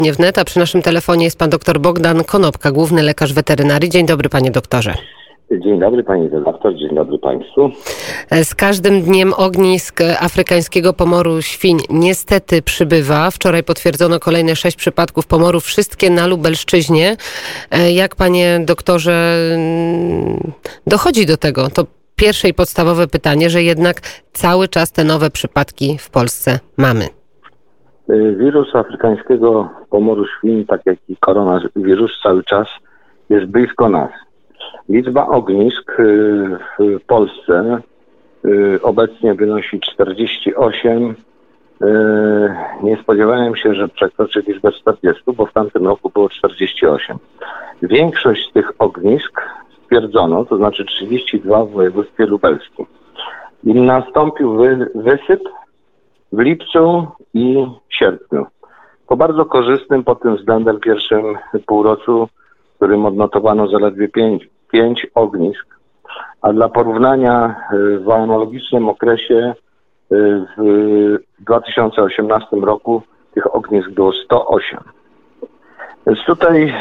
Nie wnet, a przy naszym telefonie jest pan dr Bogdan Konopka, główny lekarz weterynarii. Dzień dobry, panie doktorze. Dzień dobry pani redaktor, dzień dobry państwu. Z każdym dniem ognisk afrykańskiego pomoru świń niestety przybywa. Wczoraj potwierdzono kolejne 6 przypadków pomorów, wszystkie na Lubelszczyźnie. Jak, panie doktorze, dochodzi do tego? To pierwsze i podstawowe pytanie, że jednak cały czas te nowe przypadki w Polsce mamy. Wirus afrykańskiego pomoru świń, tak jak i koronawirus, cały czas jest blisko nas. Liczba ognisk w Polsce obecnie wynosi 48. Nie spodziewałem się, że przekroczy liczbę 40, bo w tamtym roku było 48. Większość z tych ognisk stwierdzono, to znaczy 32 w województwie lubelskim. I nastąpił wysyp w lipcu i sierpniu. Po bardzo korzystnym pod tym względem pierwszym półroczu, w którym odnotowano zaledwie 5 ognisk, a dla porównania w analogicznym okresie w 2018 roku tych ognisk było 108. Więc tutaj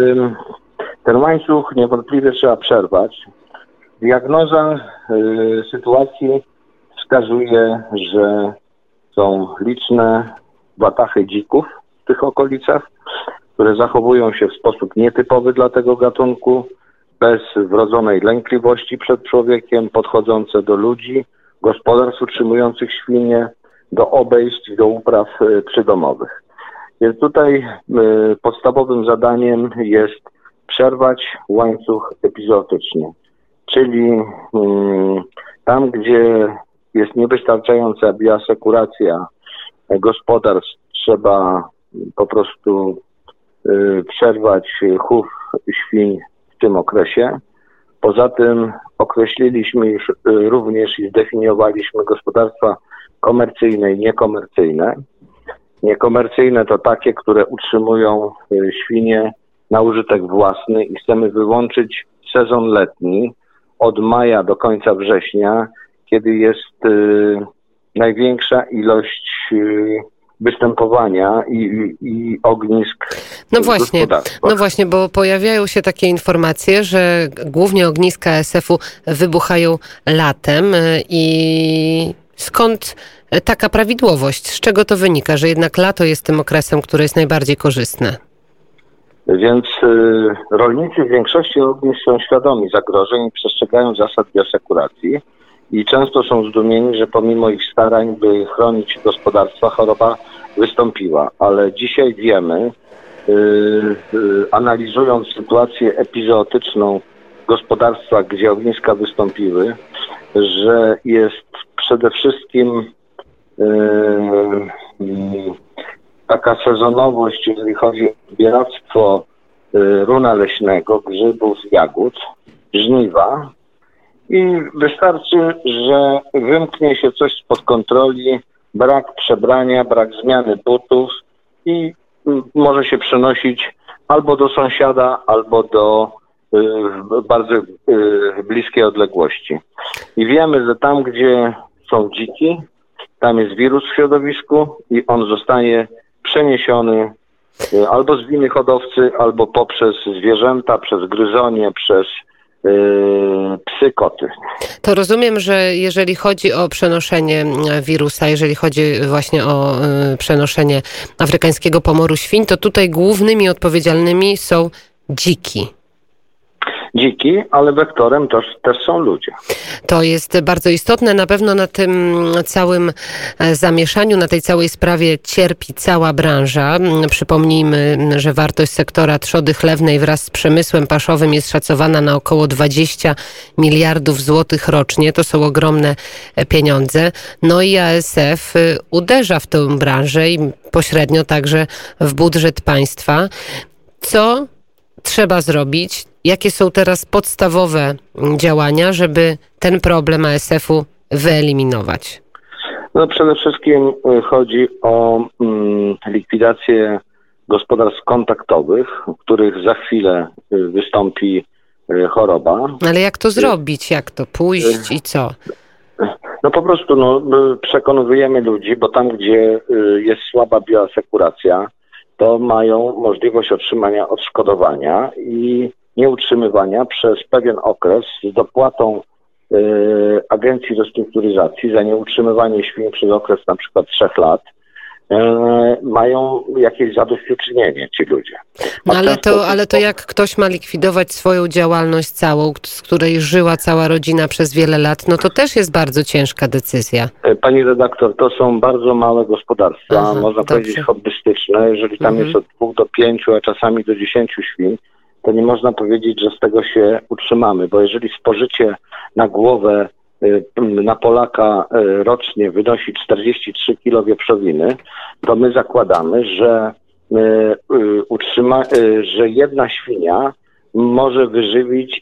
ten łańcuch niewątpliwie trzeba przerwać. Diagnoza sytuacji wskazuje, że są liczne watachy dzików w tych okolicach, które zachowują się w sposób nietypowy dla tego gatunku, bez wrodzonej lękliwości przed człowiekiem, podchodzące do ludzi, gospodarstw utrzymujących świnie, do obejść, do upraw przydomowych. Więc tutaj podstawowym zadaniem jest przerwać łańcuch epizootyczny, czyli tam, gdzie jest niewystarczająca bioasekuracja gospodarstw, trzeba po prostu przerwać chów świń w tym okresie. Poza tym określiliśmy już również i zdefiniowaliśmy gospodarstwa komercyjne i niekomercyjne. Niekomercyjne to takie, które utrzymują świnie na użytek własny i chcemy wyłączyć sezon letni od maja do końca września, kiedy jest największa ilość występowania i ognisk. No właśnie, bo pojawiają się takie informacje, że głównie ogniska ASF-u wybuchają latem i skąd taka prawidłowość? Z czego to wynika, że jednak lato jest tym okresem, który jest najbardziej korzystny? Więc rolnicy w większości ognisk są świadomi zagrożeń i przestrzegają zasad bioasekuracji i często są zdumieni, że pomimo ich starań, by chronić gospodarstwa, choroba wystąpiła. Ale dzisiaj wiemy, analizując sytuację epizootyczną w gospodarstwach, gdzie ogniska wystąpiły, że jest przede wszystkim taka sezonowość, jeżeli chodzi o zbieractwo runa leśnego, grzybów, jagód, żniwa i wystarczy, że wymknie się coś spod kontroli, brak przebrania, brak zmiany butów i może się przenosić albo do sąsiada, albo do bardzo bliskiej odległości. I wiemy, że tam, gdzie są dziki, tam jest wirus w środowisku i on zostanie przeniesiony albo z winy hodowcy, albo poprzez zwierzęta, przez gryzonie, przez psy, koty. To rozumiem, że jeżeli chodzi o przenoszenie wirusa, jeżeli chodzi właśnie o przenoszenie afrykańskiego pomoru świń, to tutaj głównymi odpowiedzialnymi są dziki. Dziki, ale wektorem też są ludzie. To jest bardzo istotne. Na pewno na tym całym zamieszaniu, na tej całej sprawie cierpi cała branża. Przypomnijmy, że wartość sektora trzody chlewnej wraz z przemysłem paszowym jest szacowana na około 20 miliardów złotych rocznie. To są ogromne pieniądze. No i ASF uderza w tę branżę i pośrednio także w budżet państwa. Co trzeba zrobić? Jakie są teraz podstawowe działania, żeby ten problem ASF-u wyeliminować? No przede wszystkim chodzi o likwidację gospodarstw kontaktowych, w których za chwilę wystąpi choroba. Ale jak to zrobić? Jak to pójść i co? No po prostu przekonujemy ludzi, bo tam, gdzie jest słaba bioasekuracja, to mają możliwość otrzymania odszkodowania i nieutrzymywania przez pewien okres z dopłatą Agencji Restrukturyzacji za nieutrzymywanie świń przez okres na przykład 3 lat. Mają jakieś zadośćuczynienie ci ludzie. No ale to jak ktoś ma likwidować swoją działalność całą, z której żyła cała rodzina przez wiele lat, no to też jest bardzo ciężka decyzja. Pani redaktor, to są bardzo małe gospodarstwa, można powiedzieć hobbystyczne. Jeżeli tam jest od 2 do 5, a czasami do 10 świń, to nie można powiedzieć, że z tego się utrzymamy, bo jeżeli spożycie na głowę na Polaka rocznie wynosi 43 kg wieprzowiny, to my zakładamy, że że jedna świnia może wyżywić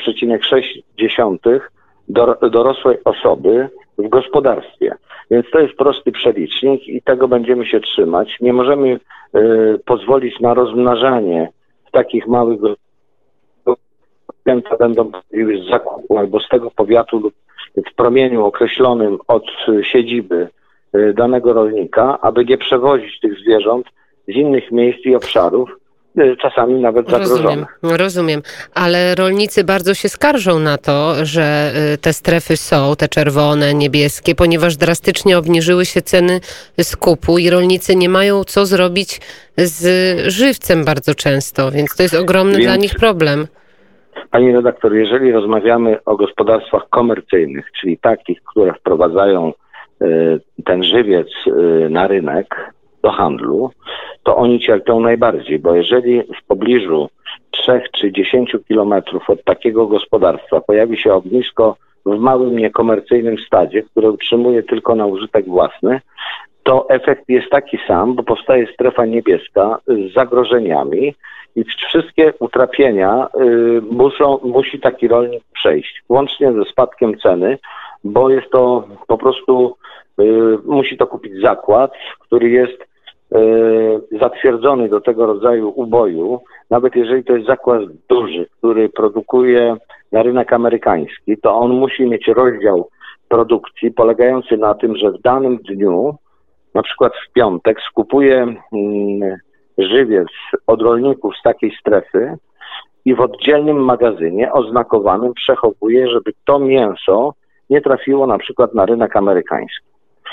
1,6 dorosłej osoby w gospodarstwie. Więc to jest prosty przelicznik i tego będziemy się trzymać. Nie możemy pozwolić na rozmnażanie w takich małych gospodarstwach, będą z zakupu albo z tego powiatu lub w promieniu określonym od siedziby danego rolnika, aby nie przewozić tych zwierząt z innych miejsc i obszarów, czasami nawet zagrożonych. Rozumiem, ale rolnicy bardzo się skarżą na to, że te strefy są, te czerwone, niebieskie, ponieważ drastycznie obniżyły się ceny skupu i rolnicy nie mają co zrobić z żywcem bardzo często, więc to jest ogromny dla nich problem. Pani redaktor, jeżeli rozmawiamy o gospodarstwach komercyjnych, czyli takich, które wprowadzają ten żywiec na rynek, do handlu, to oni cierpią najbardziej, bo jeżeli w pobliżu 3 czy 10 kilometrów od takiego gospodarstwa pojawi się ognisko w małym, niekomercyjnym stadzie, które utrzymuje tylko na użytek własny, to efekt jest taki sam, bo powstaje strefa niebieska z zagrożeniami i wszystkie utrapienia musi taki rolnik przejść, łącznie ze spadkiem ceny, bo jest to po prostu, musi to kupić zakład, który jest zatwierdzony do tego rodzaju uboju, nawet jeżeli to jest zakład duży, który produkuje na rynek amerykański, to on musi mieć rozdział produkcji polegający na tym, że w danym dniu, na przykład w piątek, skupuje żywiec od rolników z takiej strefy i w oddzielnym magazynie oznakowanym przechowuje, żeby to mięso nie trafiło na przykład na rynek amerykański.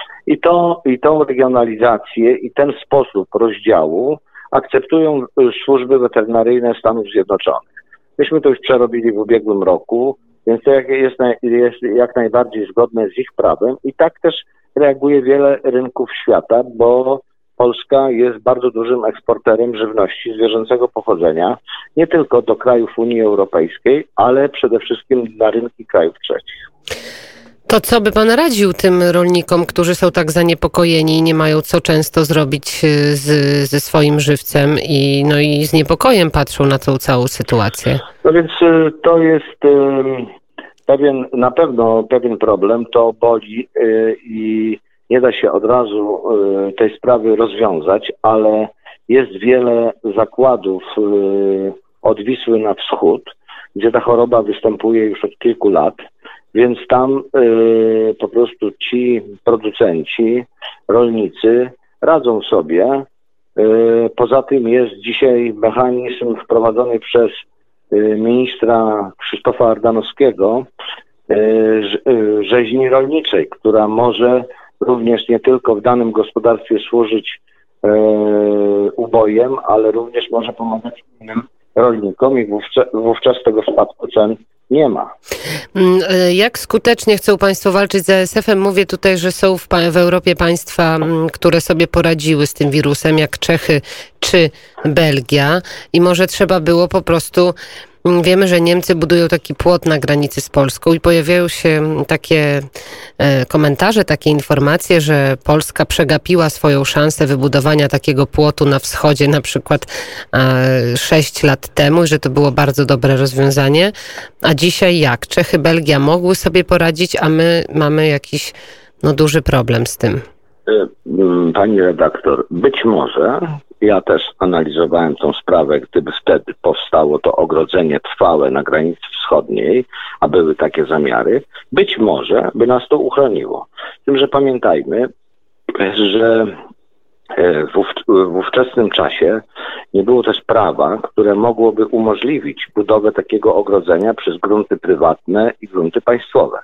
I tą regionalizację i ten sposób rozdziału akceptują służby weterynaryjne Stanów Zjednoczonych. Myśmy to już przerobili w ubiegłym roku, więc to jest jak najbardziej zgodne z ich prawem i tak też reaguje wiele rynków świata, bo Polska jest bardzo dużym eksporterem żywności zwierzęcego pochodzenia, nie tylko do krajów Unii Europejskiej, ale przede wszystkim na rynki krajów trzecich. To co by pan radził tym rolnikom, którzy są tak zaniepokojeni i nie mają co często zrobić ze swoim żywcem i z niepokojem patrzą na tą całą sytuację? No więc to jest na pewno pewien problem, to boli i nie da się od razu tej sprawy rozwiązać, ale jest wiele zakładów od Wisły na wschód, gdzie ta choroba występuje już od kilku lat. Więc tam po prostu ci producenci, rolnicy radzą sobie. Poza tym jest dzisiaj mechanizm wprowadzony przez ministra Krzysztofa Ardanowskiego rzeźni rolniczej, która może również nie tylko w danym gospodarstwie służyć ubojem, ale również może pomagać innym rolnikom i wówczas tego spadku cen nie ma. Jak skutecznie chcą państwo walczyć z ASF-em? Mówię tutaj, że są w Europie państwa, które sobie poradziły z tym wirusem, jak Czechy czy Belgia i może trzeba było po prostu. Wiemy, że Niemcy budują taki płot na granicy z Polską i pojawiają się takie komentarze, takie informacje, że Polska przegapiła swoją szansę wybudowania takiego płotu na wschodzie na przykład 6 lat temu i że to było bardzo dobre rozwiązanie. A dzisiaj jak? Czechy, Belgia mogły sobie poradzić, a my mamy jakiś duży problem z tym. Pani redaktor, być może, ja też analizowałem tą sprawę, gdyby wtedy powstało to ogrodzenie trwałe na granicy wschodniej, a były takie zamiary, być może by nas to uchroniło. Z tym, że pamiętajmy, że W ówczesnym czasie nie było też prawa, które mogłoby umożliwić budowę takiego ogrodzenia przez grunty prywatne i grunty państwowe.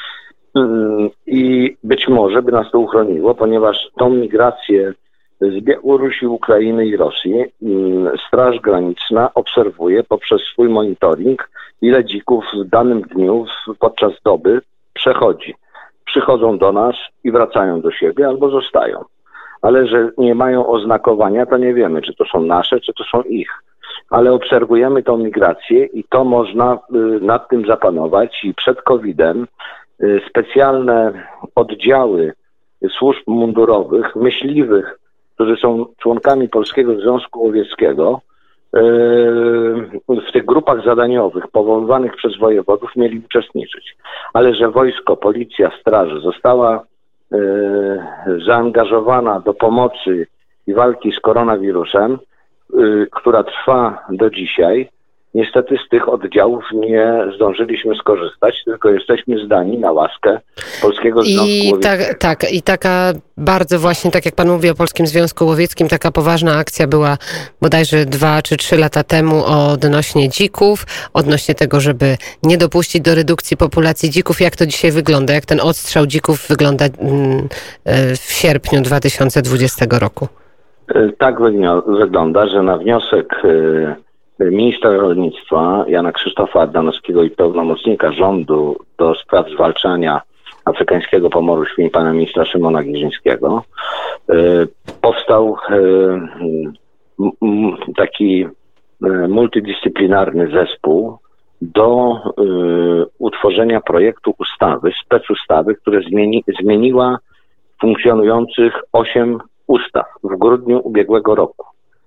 I być może by nas to uchroniło, ponieważ tą migrację z Białorusi, Ukrainy i Rosji Straż Graniczna obserwuje poprzez swój monitoring, ile dzików w danym dniu podczas doby przechodzi. Przychodzą do nas i wracają do siebie albo zostają. Ale że nie mają oznakowania, to nie wiemy, czy to są nasze, czy to są ich. Ale obserwujemy tą migrację i to można nad tym zapanować i przed COVID-em specjalne oddziały służb mundurowych, myśliwych, którzy są członkami Polskiego Związku Łowieckiego, w tych grupach zadaniowych powoływanych przez wojewodów mieli uczestniczyć. Ale że wojsko, policja, straż została zaangażowana do pomocy i walki z koronawirusem, która trwa do dzisiaj, niestety z tych oddziałów nie zdążyliśmy skorzystać, tylko jesteśmy zdani na łaskę Polskiego Związku Łowieckiego. I taka bardzo właśnie, tak jak pan mówi o Polskim Związku Łowieckim, taka poważna akcja była bodajże 2 czy 3 lata temu odnośnie dzików, odnośnie tego, żeby nie dopuścić do redukcji populacji dzików. Jak to dzisiaj wygląda? Jak ten odstrzał dzików wygląda w sierpniu 2020 roku? Tak wygląda, że na wniosek ministra rolnictwa Jana Krzysztofa Ardanowskiego i pełnomocnika rządu do spraw zwalczania afrykańskiego pomoru świń pana ministra Szymona Giżyńskiego powstał taki multidyscyplinarny zespół do utworzenia projektu ustawy, specustawy, która zmieniła funkcjonujących 8 ustaw w grudniu ubiegłego roku.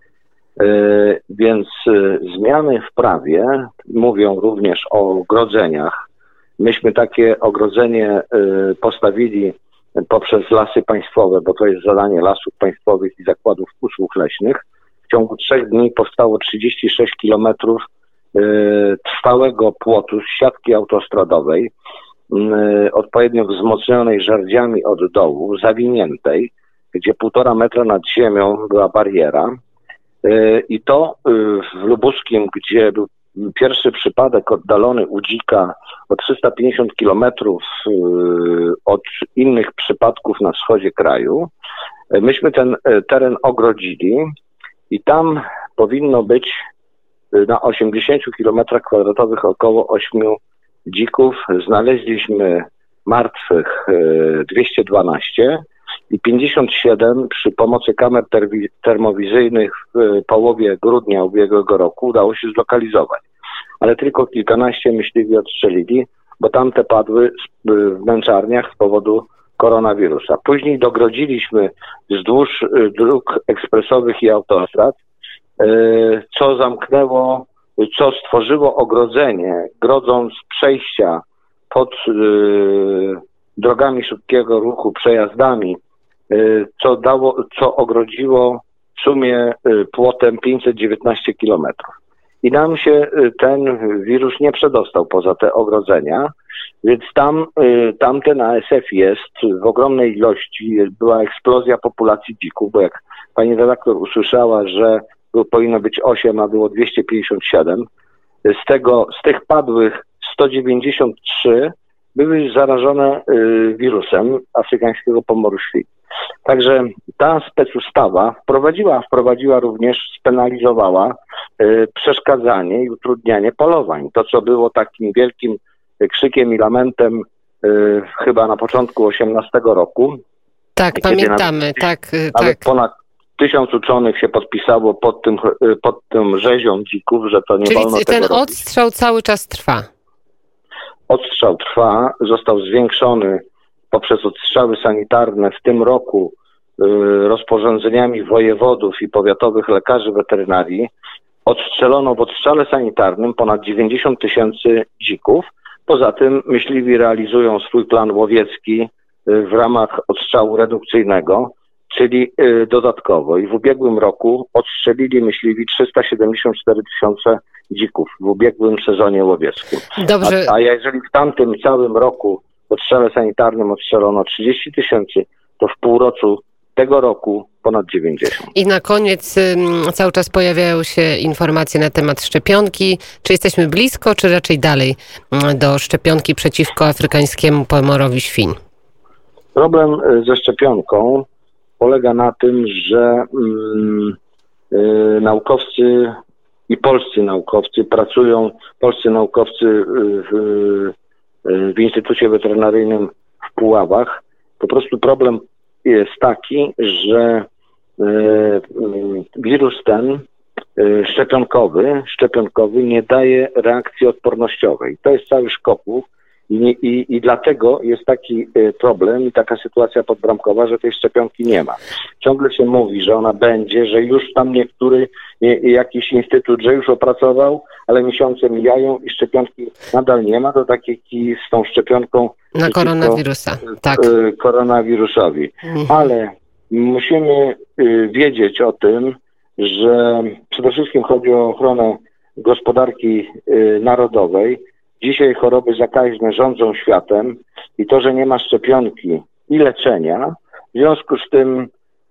Więc zmiany w prawie mówią również o ogrodzeniach. Myśmy takie ogrodzenie postawili poprzez Lasy Państwowe, bo to jest zadanie Lasów Państwowych i Zakładów Usług Leśnych. W ciągu 3 dni powstało 36 kilometrów trwałego płotu z siatki autostradowej, odpowiednio wzmocnionej żerdziami od dołu, zawiniętej, gdzie 1,5 metra nad ziemią była bariera. I to w Lubuskiem, gdzie był pierwszy przypadek oddalony u dzika o 350 kilometrów od innych przypadków na wschodzie kraju, myśmy ten teren ogrodzili i tam powinno być na 80 kilometrach kwadratowych około 8 dzików. Znaleźliśmy martwych 212 i 57 przy pomocy kamer termowizyjnych w połowie grudnia ubiegłego roku udało się zlokalizować. Ale tylko kilkanaście myśliwi odstrzelili, bo tamte padły w męczarniach z powodu koronawirusa. Później dogrodziliśmy wzdłuż dróg ekspresowych i autostrad, co stworzyło ogrodzenie, grodząc przejścia pod drogami szybkiego ruchu, przejazdami, co ogrodziło w sumie płotem 519 kilometrów. I nam się ten wirus nie przedostał poza te ogrodzenia, więc tamten ASF jest w ogromnej ilości. Była eksplozja populacji dzików, bo jak pani redaktor usłyszała, że powinno być 8, a było 257, z tych padłych 193 były zarażone wirusem afrykańskiego pomoru świń. Także ta specustawa wprowadziła również, spenalizowała przeszkadzanie i utrudnianie polowań. To, co było takim wielkim krzykiem i lamentem chyba na początku 2018 roku. Tak, pamiętamy. Nawet ponad 1000 uczonych się podpisało pod tym rzezią dzików, że to nie wolno tego robić. Czyli ten odstrzał cały czas trwa? Odstrzał trwa, został zwiększony poprzez odstrzały sanitarne w tym roku rozporządzeniami wojewodów i powiatowych lekarzy weterynarii. Odstrzelono w odstrzale sanitarnym ponad 90 000 dzików. Poza tym myśliwi realizują swój plan łowiecki w ramach odstrzału redukcyjnego, czyli dodatkowo. I w ubiegłym roku odstrzelili myśliwi 374 000 dzików w ubiegłym sezonie łowieckim. Dobrze. A jeżeli w tamtym całym roku w odstrzale sanitarnym odstrzelono 30 000, to w półroczu tego roku ponad 90. I na koniec cały czas pojawiają się informacje na temat szczepionki. Czy jesteśmy blisko, czy raczej dalej do szczepionki przeciwko afrykańskiemu pomorowi świń? Problem ze szczepionką polega na tym, że naukowcy i polscy naukowcy pracują, w Instytucie Weterynaryjnym w Puławach. Po prostu problem jest taki, że wirus ten szczepionkowy nie daje reakcji odpornościowej. To jest cały szkopuł i dlatego jest taki problem i taka sytuacja podbramkowa, że tej szczepionki nie ma. Ciągle się mówi, że ona będzie, że już tam jakiś instytut, że już opracował, ale miesiące mijają i szczepionki nadal nie ma. To tak jak i z tą szczepionką na koronawirusa, tak. Koronawirusowi. Ale musimy wiedzieć o tym, że przede wszystkim chodzi o ochronę gospodarki narodowej. Dzisiaj choroby zakaźne rządzą światem i to, że nie ma szczepionki i leczenia, w związku z tym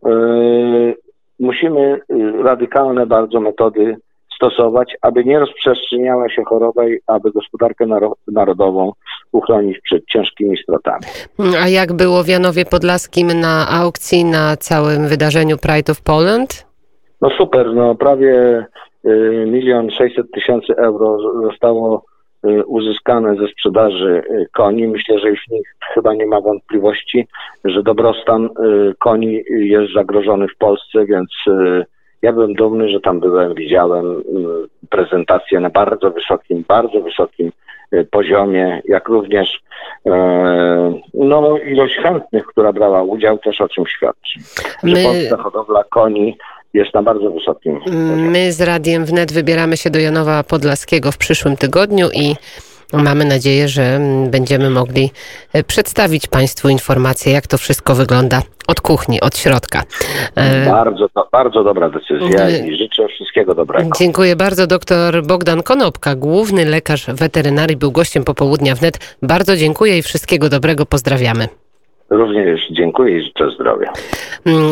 musimy radykalne bardzo metody stosować, aby nie rozprzestrzeniała się choroba i aby gospodarkę narodową uchronić przed ciężkimi stratami. A jak było w Janowie Podlaskim na aukcji na całym wydarzeniu Pride of Poland? No super, prawie 1 600 000 euro zostało uzyskane ze sprzedaży koni. Myślę, że już nikt chyba nie ma wątpliwości, że dobrostan koni jest zagrożony w Polsce, więc ja byłem dumny, że tam byłem, widziałem prezentację na bardzo wysokim poziomie, jak również ilość chętnych, która brała udział, też o czym świadczy. Że polska hodowla koni jest na bardzo wysokim poziomie. My z Radiem Wnet wybieramy się do Janowa Podlaskiego w przyszłym tygodniu i mamy nadzieję, że będziemy mogli przedstawić Państwu informacje, jak to wszystko wygląda od kuchni, od środka. Bardzo dobra decyzja i życzę wszystkiego dobrego. Dziękuję bardzo. Doktor Bogdan Konopka, główny lekarz weterynarii, był gościem Popołudnia Wnet. Bardzo dziękuję i wszystkiego dobrego. Pozdrawiamy. Również dziękuję i życzę zdrowia.